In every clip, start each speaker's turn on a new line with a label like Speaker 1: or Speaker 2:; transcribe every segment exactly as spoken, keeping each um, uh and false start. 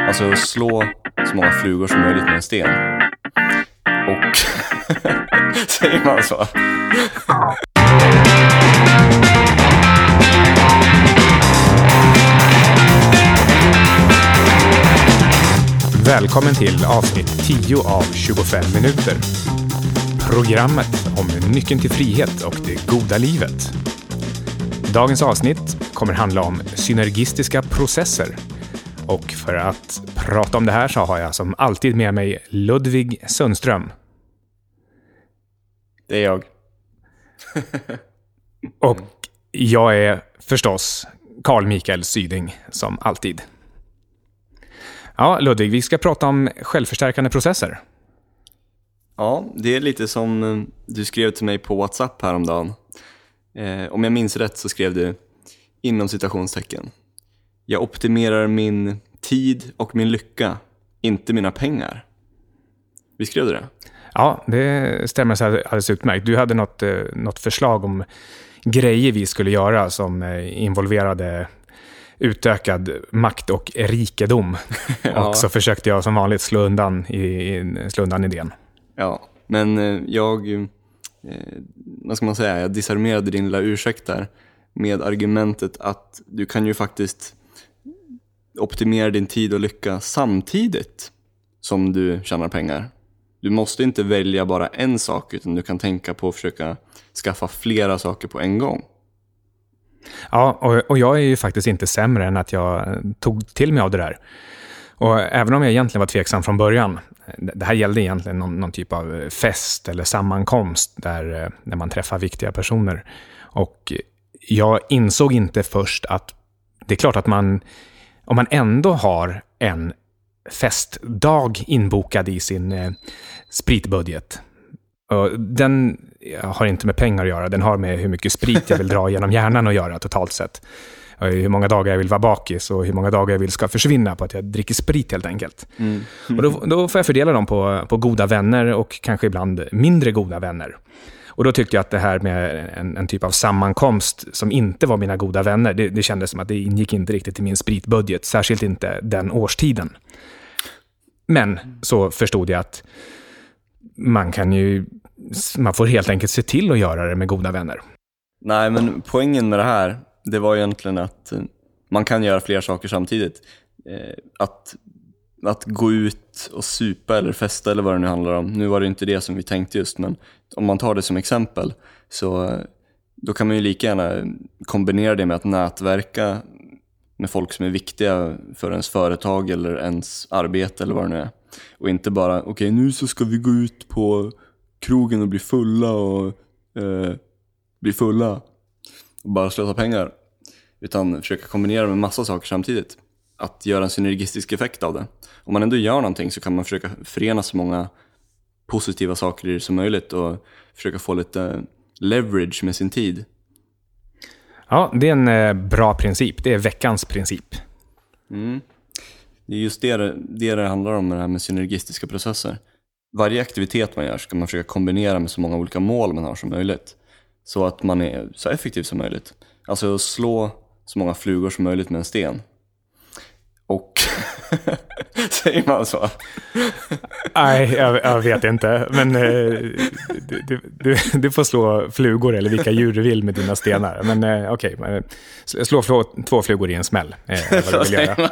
Speaker 1: Alltså slå så många flugor som möjligt med en sten. Och säger man så?
Speaker 2: Välkommen till avsnitt tio av tjugofem minuter. Programmet om nyckeln till frihet och det goda livet. Dagens avsnitt kommer handla om synergistiska processer. Och för att prata om det här så har jag som alltid med mig Ludvig Sundström.
Speaker 1: Det är jag.
Speaker 2: Och jag är förstås Carl Mikael Syding som alltid. Ja, Ludvig, vi ska prata om självförstärkande processer.
Speaker 1: Ja, det är lite som du skrev till mig på WhatsApp häromdagen. Eh, om jag minns rätt så skrev du inom citationstecken: jag optimerar min tid och min lycka, inte mina pengar. Vi skrev det?
Speaker 2: Ja, det stämmer så alldeles utmärkt. Du hade något, något förslag om grejer vi skulle göra som involverade utökad makt och rikedom. Ja. Och så försökte jag som vanligt slå undan, i, slå undan idén.
Speaker 1: Ja, men jag, eh, vad ska man säga, jag disarmerade din lilla ursäkt där med argumentet att du kan ju faktiskt optimera din tid och lycka samtidigt som du tjänar pengar. Du måste inte välja bara en sak, utan du kan tänka på att försöka skaffa flera saker på en gång.
Speaker 2: Ja, och, och jag är ju faktiskt inte sämre än att jag tog till mig av det där. Och även om jag egentligen var tveksam från början, det här gällde egentligen någon, någon typ av fest eller sammankomst där, där man träffar viktiga personer. Och jag insåg inte först att det är klart att man, om man ändå har en festdag inbokad i sin eh, spritbudget. Och den har inte med pengar att göra, den har med hur mycket sprit jag vill dra genom hjärnan att göra totalt sett. Och hur många dagar jag vill vara bakis och hur många dagar jag vill ska försvinna på att jag dricker sprit helt enkelt. Mm. Mm. Och då, då får jag fördela dem på, på goda vänner och kanske ibland mindre goda vänner. Och då tyckte jag att det här med en, en typ av sammankomst som inte var mina goda vänner, det, det kändes som att det ingick inte riktigt i min spritbudget, särskilt inte den årstiden. Men så förstod jag att man kan ju, man får helt enkelt se till att göra det med goda vänner.
Speaker 1: Nej, men poängen med det här, det var egentligen att man kan göra fler saker samtidigt. Att, att gå ut och supa eller festa eller vad det nu handlar om. Nu var det inte det som vi tänkte just, men om man tar det som exempel så då kan man ju lika gärna kombinera det med att nätverka med folk som är viktiga för ens företag eller ens arbete eller vad det nu är. Och inte bara, okej okay, nu så ska vi gå ut på krogen och bli fulla och eh, bli fulla och bara slösa pengar. Utan försöka kombinera med massa saker samtidigt. Att göra en synergistisk effekt av det. Om man ändå gör någonting så kan man försöka förena så många positiva saker som möjligt och försöka få lite leverage med sin tid.
Speaker 2: Ja, det är en eh, bra princip. Det är veckans princip.
Speaker 1: Mm. Det är just det, det det handlar om med det här med synergistiska processer. Varje aktivitet man gör ska man försöka kombinera med så många olika mål man har som möjligt. Så att man är så effektiv som möjligt. Alltså slå så många flugor som möjligt med en sten. Och säger man så?
Speaker 2: Nej, jag, jag vet inte. Men eh, du, du, du får slå flugor eller vilka djur du vill med dina stenar. Men eh, okej, okay, slå flå, två flugor i en smäll. Eh, vad du vill göra.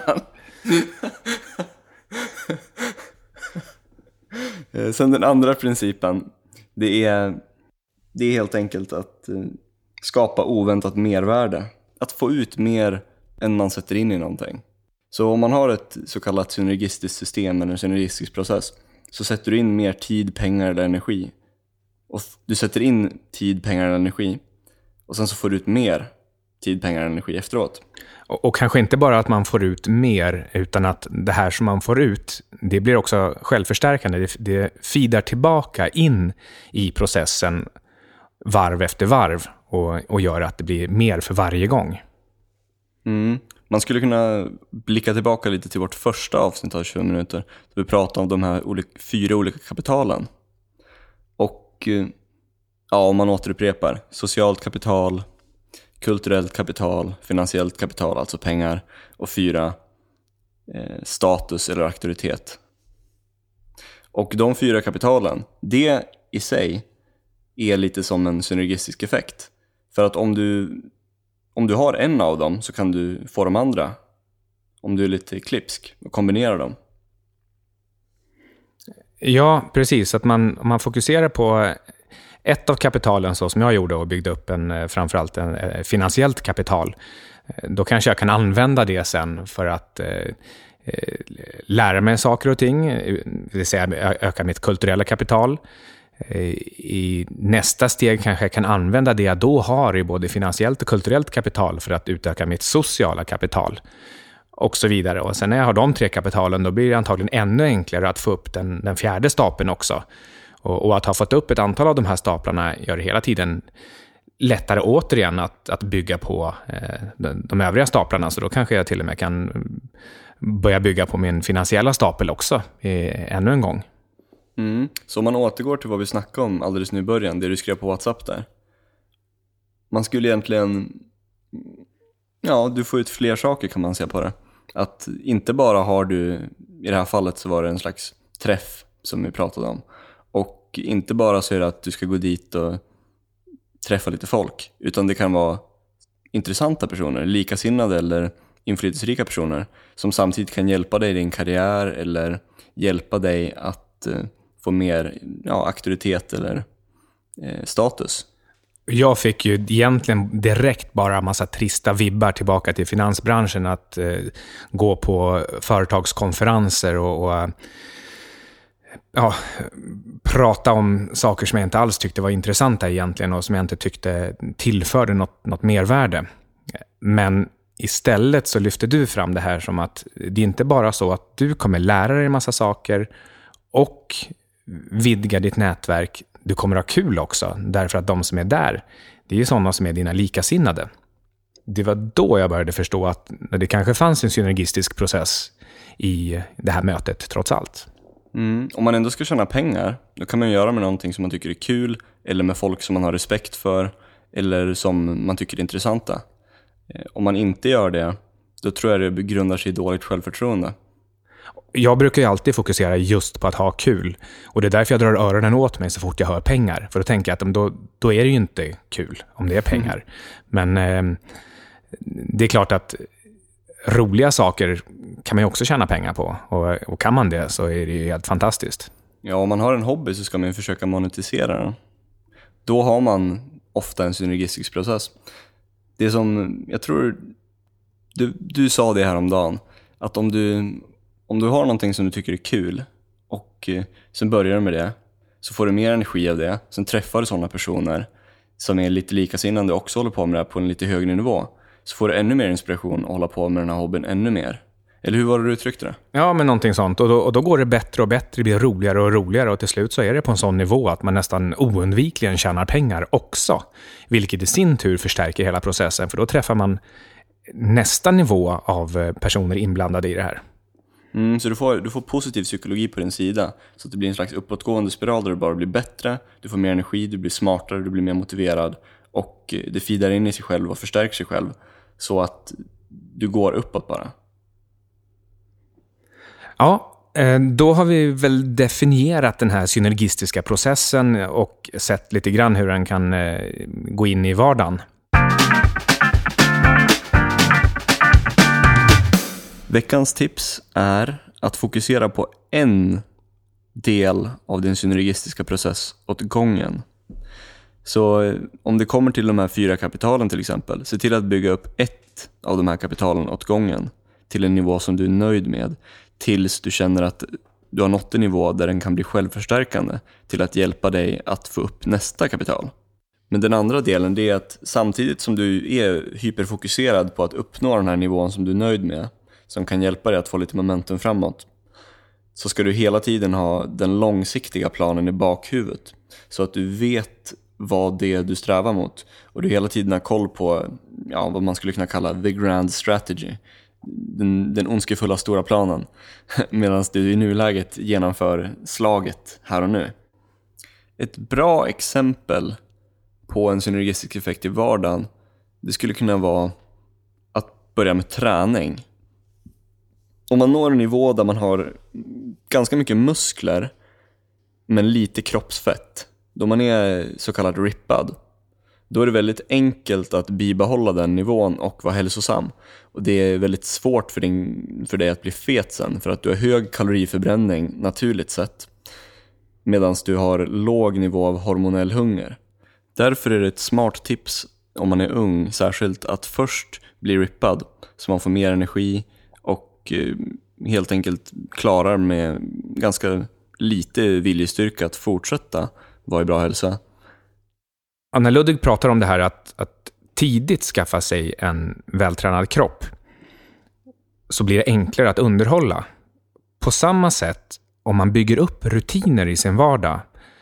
Speaker 1: Sen den andra principen, det är, det är helt enkelt att skapa oväntat mervärde. Att få ut mer än man sätter in i någonting. Så om man har ett så kallat synergistiskt system eller en synergistisk process, så sätter du in mer tid, pengar eller energi. Och du sätter in tid, pengar eller energi. Och sen så får du ut mer tid, pengar och energi efteråt.
Speaker 2: Och, och kanske inte bara att man får ut mer, utan att det här som man får ut, det blir också självförstärkande. Det, det feedar tillbaka in i processen varv efter varv och, och gör att det blir mer för varje gång.
Speaker 1: Mm. Man skulle kunna blicka tillbaka lite till vårt första avsnitt av tjugo minuter. Där vi pratade om de här olika, fyra olika kapitalen. Och ja, om man återupprepar. Socialt kapital, kulturellt kapital, finansiellt kapital, alltså pengar. Och fyra, eh, status eller auktoritet. Och de fyra kapitalen, det i sig är lite som en synergistisk effekt. För att om du, om du har en av dem så kan du få de andra, om du är lite klipsk, och kombinera dem.
Speaker 2: Ja, precis. Att man, om man fokuserar på ett av kapitalen så som jag gjorde och byggde upp en, framförallt en, en finansiellt kapital, då kanske jag kan använda det sen för att eh, lära mig saker och ting, det vill säga öka mitt kulturella kapital. I nästa steg kanske jag kan använda det jag då har i både finansiellt och kulturellt kapital för att utöka mitt sociala kapital och så vidare. Och sen när jag har de tre kapitalen, då blir det antagligen ännu enklare att få upp den, den fjärde stapeln också. Och, och att ha fått upp ett antal av de här staplarna gör det hela tiden lättare återigen att, att bygga på eh, de, de övriga staplarna. Så då kanske jag till och med kan börja bygga på min finansiella stapel också eh, ännu en gång.
Speaker 1: Mm. Så om man återgår till vad vi snackade om alldeles nu i början, det du skrev på WhatsApp där. Man skulle egentligen, ja, du får ut fler saker kan man säga på det. Att inte bara har du, i det här fallet så var det en slags träff som vi pratade om. Och inte bara så är det att du ska gå dit och träffa lite folk, utan det kan vara intressanta personer, likasinnade eller inflytelserika personer som samtidigt kan hjälpa dig i din karriär eller hjälpa dig att eh, få mer ja, auktoritet eller eh, status.
Speaker 2: Jag fick ju egentligen direkt bara en massa trista vibbar tillbaka till finansbranschen, att eh, gå på företagskonferenser och, och ja, prata om saker som jag inte alls tyckte var intressanta egentligen och som jag inte tyckte tillförde något, något mervärde. Men istället så lyfter du fram det här som att det är inte bara så att du kommer lära dig en massa saker och vidga ditt nätverk. Du kommer ha kul också, därför att de som är där, det är ju sådana som är dina likasinnade. Det var då jag började förstå att det kanske fanns en synergistisk process i det här mötet trots allt.
Speaker 1: Mm. Om man ändå ska tjäna pengar, då kan man göra med någonting som man tycker är kul eller med folk som man har respekt för eller som man tycker är intressanta. Om man inte gör det, då tror jag det grundar sig i dåligt självförtroende.
Speaker 2: Jag brukar ju alltid fokusera just på att ha kul. Och det är därför jag drar öronen åt mig så fort jag hör pengar. För då tänker jag att då, då är det ju inte kul om det är pengar. Mm. Men eh, det är klart att roliga saker kan man ju också tjäna pengar på. Och, och kan man det så är det ju helt fantastiskt.
Speaker 1: Ja, om man har en hobby så ska man ju försöka monetisera den. Då har man ofta en synergistisk process. Det är som, jag tror, du, du sa det här om dagen, att om du, om du har någonting som du tycker är kul och eh, sen börjar du med det, så får du mer energi av det, sen träffar du sådana personer som är lite likasinnande och också håller på med det på en lite högre nivå, så får du ännu mer inspiration att hålla på med den här hobbyn ännu mer. Eller hur var det du uttryckte det?
Speaker 2: Ja, men någonting sånt. Och då, och då går det bättre och bättre, det blir roligare och roligare och till slut så är det på en sån nivå att man nästan oundvikligen tjänar pengar också. Vilket i sin tur förstärker hela processen, för då träffar man nästa nivå av personer inblandade i det här.
Speaker 1: Mm, så du får, du får positiv psykologi på din sida, så att det blir en slags uppåtgående spiral där du bara blir bättre, du får mer energi, du blir smartare, du blir mer motiverad och det feedar in i sig själv och förstärker sig själv så att du går uppåt bara.
Speaker 2: Ja, då har vi väl definierat den här synergistiska processen och sett lite grann hur den kan gå in i vardagen.
Speaker 1: Veckans tips är att fokusera på en del av din synergistiska process åt gången. Så om det kommer till de här fyra kapitalen till exempel, se till att bygga upp ett av de här kapitalen åt gången till en nivå som du är nöjd med, tills du känner att du har nått en nivå där den kan bli självförstärkande till att hjälpa dig att få upp nästa kapital. Men den andra delen, det är att samtidigt som du är hyperfokuserad på att uppnå den här nivån som du är nöjd med, som kan hjälpa dig att få lite momentum framåt, så ska du hela tiden ha den långsiktiga planen i bakhuvudet så att du vet vad det är du strävar mot och du hela tiden har koll på ja, vad man skulle kunna kalla the grand strategy, den, den ondskefulla stora planen, medan du i nuläget genomför slaget här och nu. Ett bra exempel på en synergistisk effekt i vardagen, det skulle kunna vara att börja med träning. om man når en nivå där man har ganska mycket muskler men lite kroppsfett, då man är så kallad rippad, då är det väldigt enkelt att bibehålla den nivån och vara hälsosam. Och det är väldigt svårt för, din, för dig att bli fet sen, för att du har hög kaloriförbränning naturligt sett, medan du har låg nivå av hormonell hunger. Därför är det ett smart tips om man är ung särskilt att först bli rippad så man får mer energi och eh, helt enkelt klarar med ganska lite viljestyrka att fortsätta vara i bra hälsa.
Speaker 2: Ja, när Ludvig pratar om det här att, att tidigt skaffa sig en vältränad kropp, så blir det enklare att underhålla. På samma sätt, om man bygger upp rutiner i sin vardag,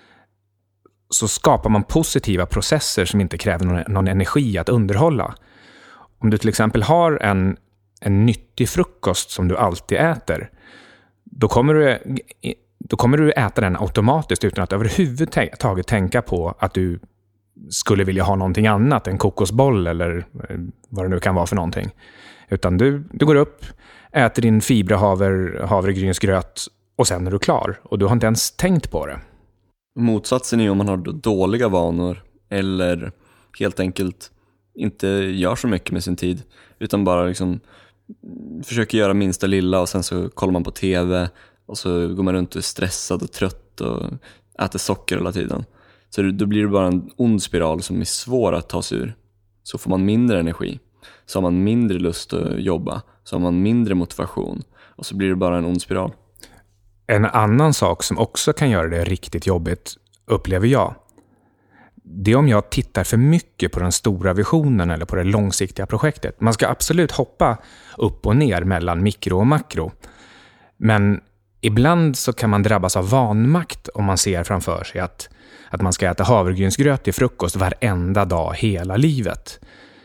Speaker 2: så skapar man positiva processer som inte kräver någon, någon energi att underhålla. Om du till exempel har en, en nyttig frukost som du alltid äter, då kommer du, då kommer du äta den automatiskt utan att överhuvudtaget tänka på att du skulle vilja ha någonting annat, en kokosboll eller vad det nu kan vara för någonting. Utan du, du går upp, äter din fibrahaver, havregrynsgröt och sen är du klar. Och du har inte ens tänkt på det.
Speaker 1: Motsatsen är om man har dåliga vanor eller helt enkelt inte gör så mycket med sin tid, utan bara liksom försöker göra minsta lilla och sen så kollar man på tv och så går man runt och är stressad och trött och äter socker hela tiden. Så då blir det bara en ond spiral som är svår att ta sig ur. Så får man mindre energi, så har man mindre lust att jobba, så har man mindre motivation och så blir det bara en ond spiral.
Speaker 2: En annan sak som också kan göra det riktigt jobbigt, upplever jag, det är om jag tittar för mycket på den stora visionen eller på det långsiktiga projektet. Man ska absolut hoppa upp och ner mellan mikro och makro. Men ibland så kan man drabbas av vanmakt om man ser framför sig att, att man ska äta havregrynsgröt till frukost varenda dag hela livet.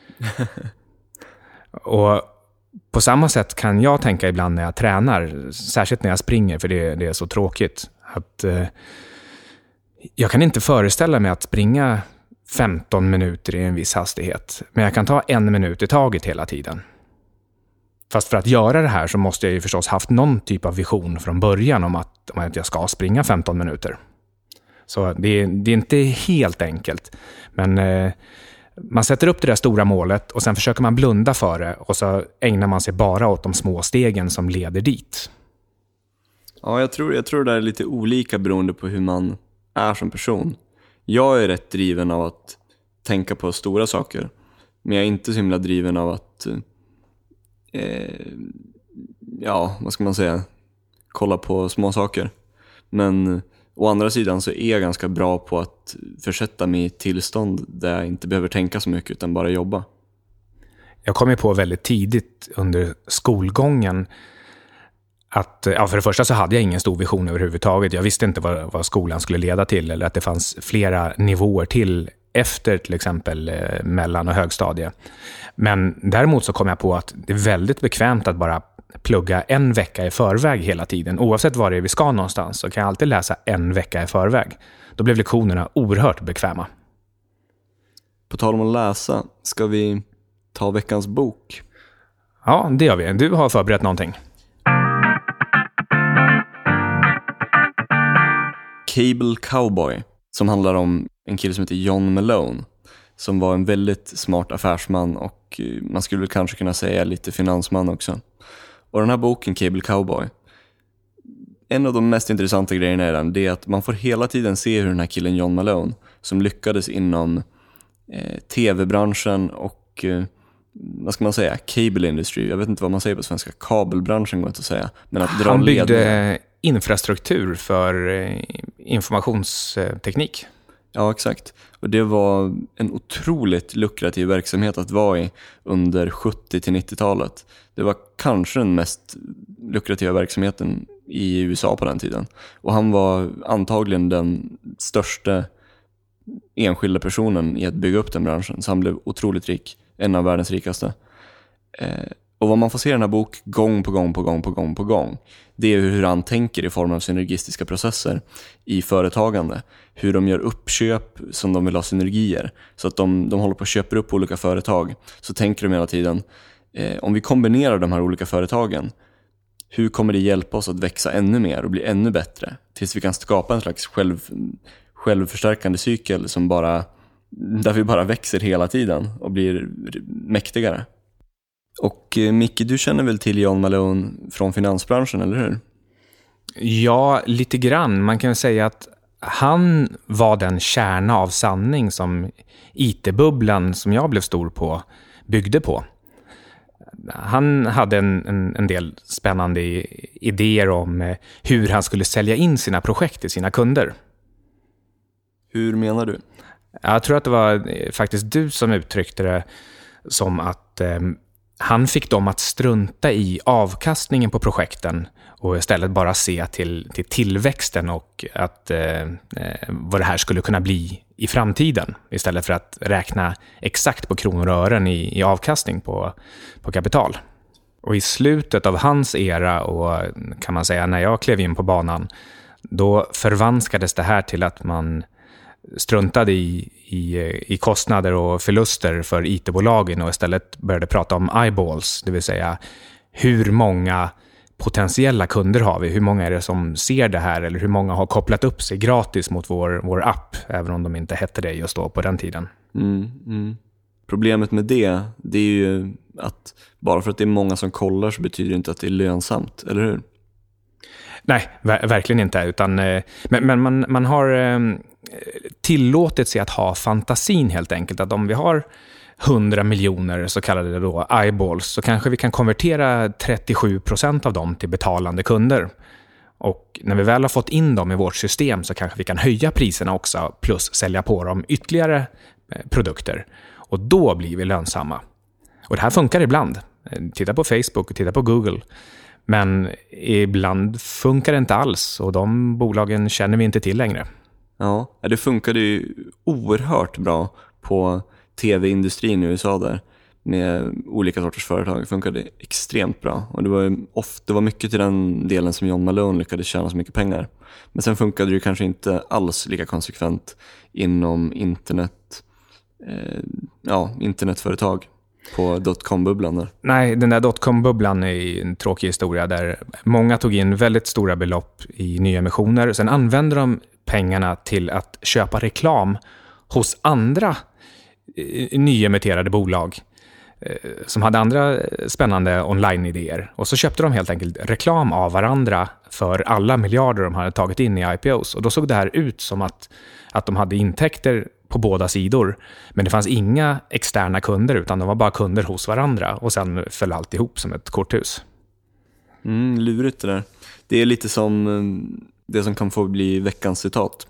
Speaker 2: Och på samma sätt kan jag tänka ibland när jag tränar, särskilt när jag springer, för det, det är så tråkigt, att eh, jag kan inte föreställa mig att springa femton minuter i en viss hastighet, men jag kan ta en minut i taget hela tiden. Fast för att göra det här så måste jag ju förstås haft någon typ av vision från början om att, om att jag ska springa femton minuter. Så det, det är inte helt enkelt, men eh, man sätter upp det där stora målet och sen försöker man blunda för det och så ägnar man sig bara åt de små stegen som leder dit.
Speaker 1: Ja, jag tror, jag tror det är lite olika beroende på hur man är som person. Jag är rätt driven av att tänka på stora saker, men jag är inte så himla driven av att eh, ja, vad ska man säga, kolla på små saker. Men å andra sidan så är jag ganska bra på att försätta mig i tillstånd där jag inte behöver tänka så mycket utan bara jobba.
Speaker 2: Jag kom ju på väldigt tidigt under skolgången att, ja, för det första så hade jag ingen stor vision överhuvudtaget. Jag visste inte vad, vad skolan skulle leda till eller att det fanns flera nivåer till efter till exempel eh, mellan- och högstadie. Men däremot så kom jag på att det är väldigt bekvämt att bara plugga en vecka i förväg hela tiden. Oavsett var det är vi ska någonstans så kan jag alltid läsa en vecka i förväg. Då blev lektionerna oerhört bekväma.
Speaker 1: På tal om att läsa, ska vi ta veckans bok?
Speaker 2: Ja, det gör vi. Du har förberett någonting.
Speaker 1: Cable Cowboy, som handlar om en kille som heter John Malone, som var en väldigt smart affärsman och man skulle väl kanske kunna säga lite finansman också. Och den här boken, Cable Cowboy, en av de mest intressanta grejerna i den, det är att man får hela tiden se hur den här killen John Malone, som lyckades inom eh, tv-branschen och eh, vad ska man säga, cable industry, jag vet inte vad man säger på svenska, kabelbranschen går inte att säga, men att dra
Speaker 2: Han byggde
Speaker 1: ledningar.
Speaker 2: Infrastruktur för eh, informationsteknik.
Speaker 1: Ja, exakt. Och det var en otroligt lukrativ verksamhet att vara i under sjuttio till nittiotalet. Det var kanske den mest lukrativa verksamheten i U S A på den tiden. Och han var antagligen den största enskilda personen i att bygga upp den branschen. Så han blev otroligt rik, en av världens rikaste. Eh, och vad man får se i den här bok gång på gång på gång på gång på gång, det är hur han tänker i form av synergistiska processer i företagande. Hur de gör uppköp som de vill ha synergier. Så att de, de håller på att köpa upp olika företag. Så tänker de hela tiden, eh, om vi kombinerar de här olika företagen, hur kommer det hjälpa oss att växa ännu mer och bli ännu bättre tills vi kan skapa en slags själv, självförstärkande cykel som bara, där vi bara växer hela tiden och blir mäktigare. Och eh, Micke, du känner väl till John Malone från finansbranschen, eller hur?
Speaker 2: Ja, lite grann. Man kan säga att han var den kärna av sanning som I T-bubblan som jag blev stor på byggde på. Han hade en, en, en del spännande idéer om hur han skulle sälja in sina projekt till sina kunder.
Speaker 1: Hur menar du?
Speaker 2: Jag tror att det var faktiskt du som uttryckte det som att eh, han fick dem att strunta i avkastningen på projekten och istället bara se till, till tillväxten och att, eh, vad det här skulle kunna bli i framtiden istället för att räkna exakt på kronor och ören i, i avkastning på, på kapital. Och i slutet av hans era och kan man säga när jag klev in på banan, då förvanskades det här till att man struntade i, i, i kostnader och förluster för I T-bolagen och istället började prata om eyeballs, det vill säga hur många potentiella kunder har vi, hur många är det som ser det här eller hur många har kopplat upp sig gratis mot vår, vår app, även om de inte hette det just då på den tiden.
Speaker 1: Mm, mm. Problemet med det, det är ju att bara för att det är många som kollar så betyder det inte att det är lönsamt, eller hur?
Speaker 2: Nej, ver- verkligen inte. Utan, eh, men men man, man har eh, tillåtit sig att ha fantasin helt enkelt. Att om vi har hundra miljoner så kallade då eyeballs så kanske vi kan konvertera trettiosju procent av dem till betalande kunder. Och när vi väl har fått in dem i vårt system så kanske vi kan höja priserna också plus sälja på dem ytterligare eh, produkter. Och då blir vi lönsamma. Och det här funkar ibland. Titta på Facebook och titta på Google. Men ibland funkar det inte alls och de bolagen känner vi inte till längre.
Speaker 1: Ja, det funkade ju oerhört bra på tv-industrin i U S A där med olika sorters företag. Det funkade extremt bra och det var, ofta, det var mycket till den delen som John Malone lyckades tjäna så mycket pengar. Men sen funkade det ju kanske inte alls lika konsekvent inom internet, eh, ja, internetföretag. På dotcom-bubblan där.
Speaker 2: Nej, den där dotcom-bubblan är en tråkig historia där många tog in väldigt stora belopp i nyemissioner. Sen använde de pengarna till att köpa reklam hos andra nyemitterade bolag som hade andra spännande online-idéer. Och så köpte de helt enkelt reklam av varandra för alla miljarder de hade tagit in i I P Os. Och då såg det här ut som att, att de hade intäkter på båda sidor. Men det fanns inga externa kunder utan de var bara kunder hos varandra. Och sen föll allt ihop som ett korthus.
Speaker 1: Mm, lurigt det där. Det är lite som det som kan få bli veckans citat.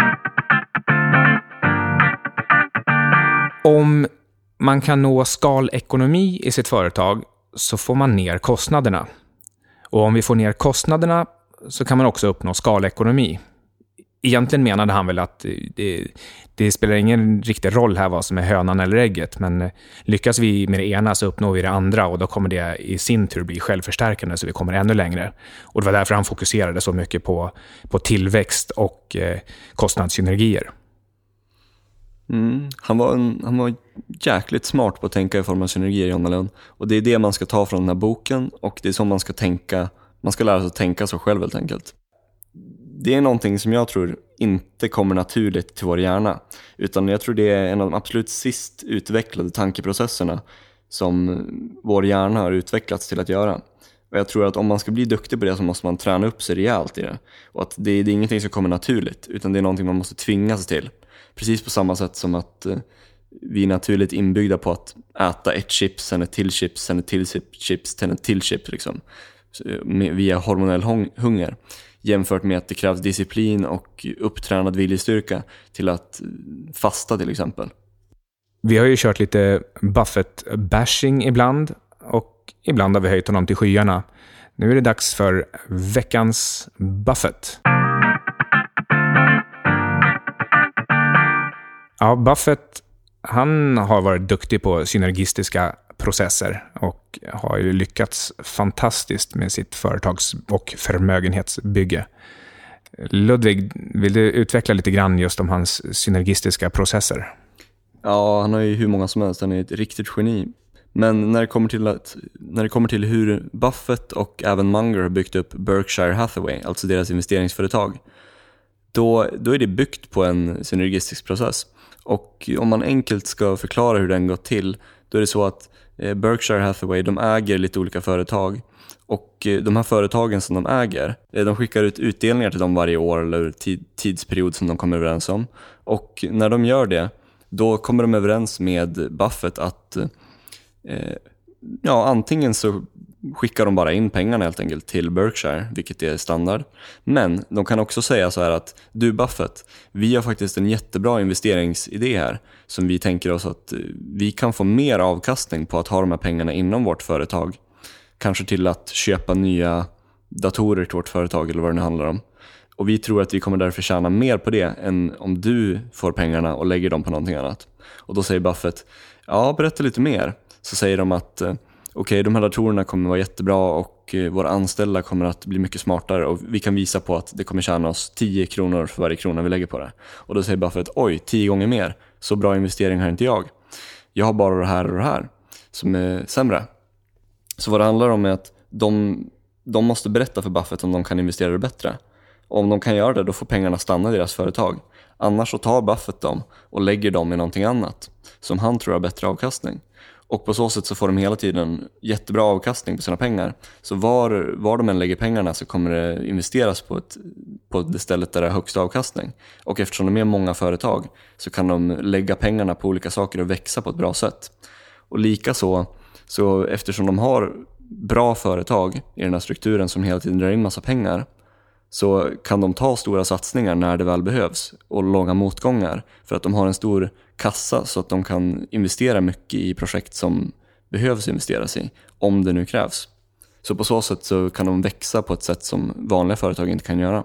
Speaker 2: Om man kan nå skalekonomi i sitt företag så får man ner kostnaderna. Och om vi får ner kostnaderna så kan man också uppnå skalekonomi. Egentligen menade han väl att det, det spelar ingen riktig roll här vad som är hönan eller ägget. Men lyckas vi med det ena så uppnår vi det andra och då kommer det i sin tur bli självförstärkande så vi kommer ännu längre. Och det var därför han fokuserade så mycket på, på tillväxt och eh, kostnadssynergier.
Speaker 1: Mm, han, var en, han var jäkligt smart på att tänka i form av synergier, John Malone. Och det är det man ska ta från den här boken och det är så man ska tänka. Man ska lära sig att tänka så själv helt enkelt. Det är någonting som jag tror inte kommer naturligt till vår hjärna. Utan jag tror det är en av de absolut sist utvecklade tankeprocesserna som vår hjärna har utvecklats till att göra. Och jag tror att om man ska bli duktig på det så måste man träna upp sig rejält i det. Och att det, det är ingenting som kommer naturligt utan det är någonting man måste tvingas till. Precis på samma sätt som att eh, vi är naturligt inbyggda på att äta ett chips, sen ett till chips, sen ett till chips, sen ett till chips liksom. Så, med, via hormonell hunger. Jämfört med att det krävs disciplin och upptränad viljestyrka till att fasta till exempel.
Speaker 2: Vi har ju kört lite Buffett-bashing ibland och ibland har vi höjt honom till skyarna. Nu är det dags för veckans Buffett. Ja, Buffett, han har varit duktig på synergistiska processer och har ju lyckats fantastiskt med sitt företags- och förmögenhetsbygge. Ludvig, vill du utveckla lite grann just om hans synergistiska processer?
Speaker 1: Ja, han har ju hur många som helst. Han är ett riktigt geni Men när det kommer till, att, när det kommer till hur Buffett och även Munger har byggt upp Berkshire Hathaway, alltså deras investeringsföretag, då, då är det byggt på en synergistisk process. Och om man enkelt ska förklara hur den går till, då är det så att Berkshire Hathaway, de äger lite olika företag. Och de här företagen som de äger, de skickar ut utdelningar till dem varje år eller tid, tidsperiod som de kommer överens om. Och när de gör det, då kommer de överens med Buffett att eh, ja, antingen så skickar de bara in pengarna helt enkelt till Berkshire, vilket är standard. Men de kan också säga så här att du Buffett, vi har faktiskt en jättebra investeringsidé här som vi tänker oss att vi kan få mer avkastning på att ha de här pengarna inom vårt företag. Kanske till att köpa nya datorer till vårt företag eller vad det nu handlar om. Och vi tror att vi kommer därför tjäna mer på det än om du får pengarna och lägger dem på någonting annat. Och då säger Buffett, ja, berätta lite mer. Så säger de att okej, okay, de här datorerna kommer vara jättebra och våra anställda kommer att bli mycket smartare och vi kan visa på att det kommer tjäna oss tio kronor för varje krona vi lägger på det. Och då säger Buffett, oj, tio gånger mer. Så bra investering har inte jag. Jag har bara det här och det här som är sämre. Så vad det handlar om är att de, de måste berätta för Buffett om de kan investera det bättre. Och om de kan göra det, då får pengarna stanna i deras företag. Annars så tar Buffett dem och lägger dem i någonting annat som han tror har bättre avkastning. Och på så sätt så får de hela tiden jättebra avkastning på sina pengar. Så var, var de än lägger pengarna så kommer det investeras på, ett, på det stället där det är högsta avkastning. Och eftersom de är många företag så kan de lägga pengarna på olika saker och växa på ett bra sätt. Och lika så, så eftersom de har bra företag i den här strukturen som hela tiden drar in massa pengar, så kan de ta stora satsningar när det väl behövs och långa motgångar för att de har en stor kassa så att de kan investera mycket i projekt som behövs investeras i om det nu krävs. Så på så sätt så kan de växa på ett sätt som vanliga företag inte kan göra.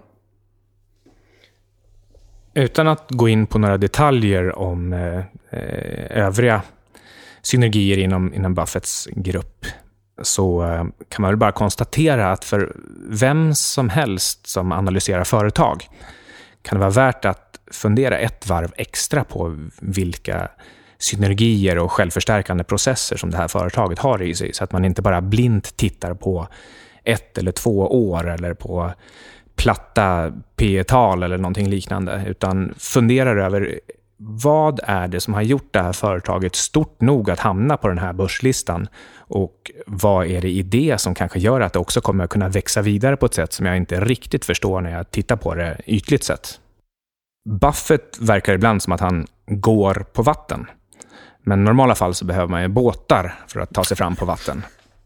Speaker 2: Utan att gå in på några detaljer om eh, övriga synergier inom, inom Buffetts grupp, så kan man väl bara konstatera att för vem som helst som analyserar företag kan det vara värt att fundera ett varv extra på vilka synergier och självförstärkande processer som det här företaget har i sig, så att man inte bara blint tittar på ett eller två år eller på platta P E-tal eller någonting liknande, utan funderar över vad är det som har gjort det här företaget stort nog att hamna på den här börslistan, och vad är det i det som kanske gör att det också kommer att kunna växa vidare på ett sätt som jag inte riktigt förstår när jag tittar på det ytligt sett. Buffett verkar ibland som att han går på vatten, men i normala fall så behöver man ju båtar för att ta sig fram på vatten.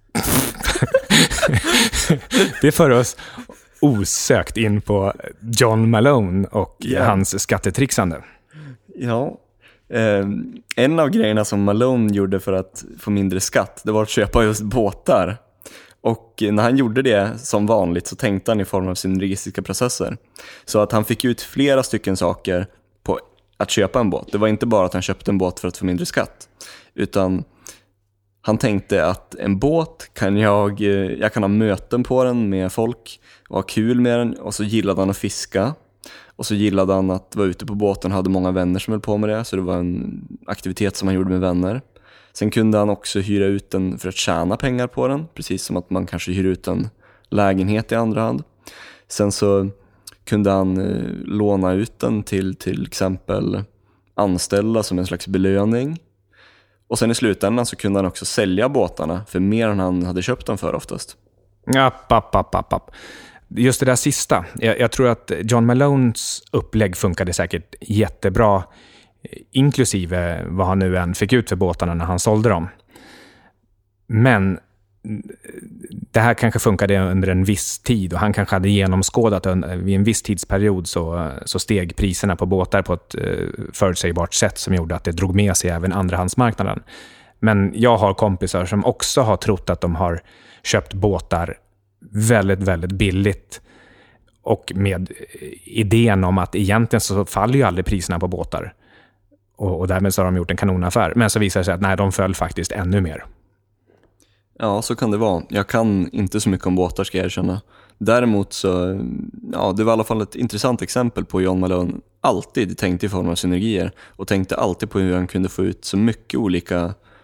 Speaker 2: Det för oss osökt in på John Malone och yeah. hans skattetrixande.
Speaker 1: Ja, eh, en av grejerna som Malone gjorde för att få mindre skatt, det var att köpa just båtar. Och när han gjorde det som vanligt så tänkte han i form av synergistiska processer. Så att han fick ut flera stycken saker på att köpa en båt. Det var inte bara att han köpte en båt för att få mindre skatt, utan han tänkte att en båt kan jag, jag kan ha möten på den med folk och ha kul med den. Och så gillade han att fiska. Och så gillade han att vara ute på båten och hade många vänner som höll på med det. Så det var en aktivitet som han gjorde med vänner. Sen kunde han också hyra ut den för att tjäna pengar på den. Precis som att man kanske hyr ut en lägenhet i andra hand. Sen så kunde han eh, låna ut den till till exempel anställda som en slags belöning. Och sen i slutändan så kunde han också sälja båtarna för mer än han hade köpt dem för oftast.
Speaker 2: App, app, app, app, app. Just det där sista. Jag, jag tror att John Malones upplägg funkade säkert jättebra, inklusive vad han nu än fick ut för båtarna när han sålde dem. Men det här kanske funkade under en viss tid, och han kanske hade genomskådat att vid en viss tidsperiod så, så steg priserna på båtar på ett uh, förutsägbart sätt som gjorde att det drog med sig även andrahandsmarknaden. Men jag har kompisar som också har trott att de har köpt båtar väldigt, väldigt billigt, och med idén om att egentligen så faller ju aldrig priserna på båtar, och, och därmed så har de gjort en kanonaffär. Men så visar det sig att nej, de föll faktiskt ännu mer.
Speaker 1: Ja, så kan det vara. Jag kan inte så mycket om båtar, ska jag erkänna. Däremot så, ja, det var i alla fall ett intressant exempel på John Malone alltid tänkte i form av synergier och tänkte alltid på hur han kunde få ut så mycket olika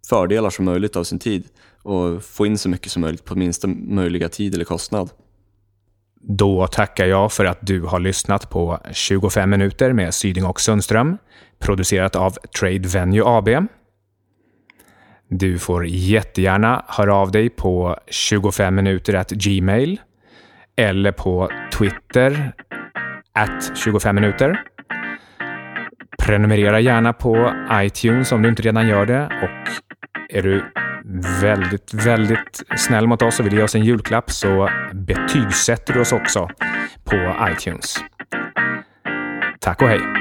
Speaker 1: fördelar som möjligt av sin tid och få in så mycket som möjligt på minsta möjliga tid eller kostnad.
Speaker 2: Då tackar jag för att du har lyssnat på tjugofem minuter med Syding och Sundström, producerat av Trade Venue A B. Du får jättegärna höra av dig på tjugofem minuter at gmail eller på Twitter at tjugofem minuter. Prenumerera gärna på iTunes om du inte redan gör det, och är du väldigt, väldigt snäll mot oss och vill ge oss en julklapp så betygsätter du oss också på iTunes. Tack och hej!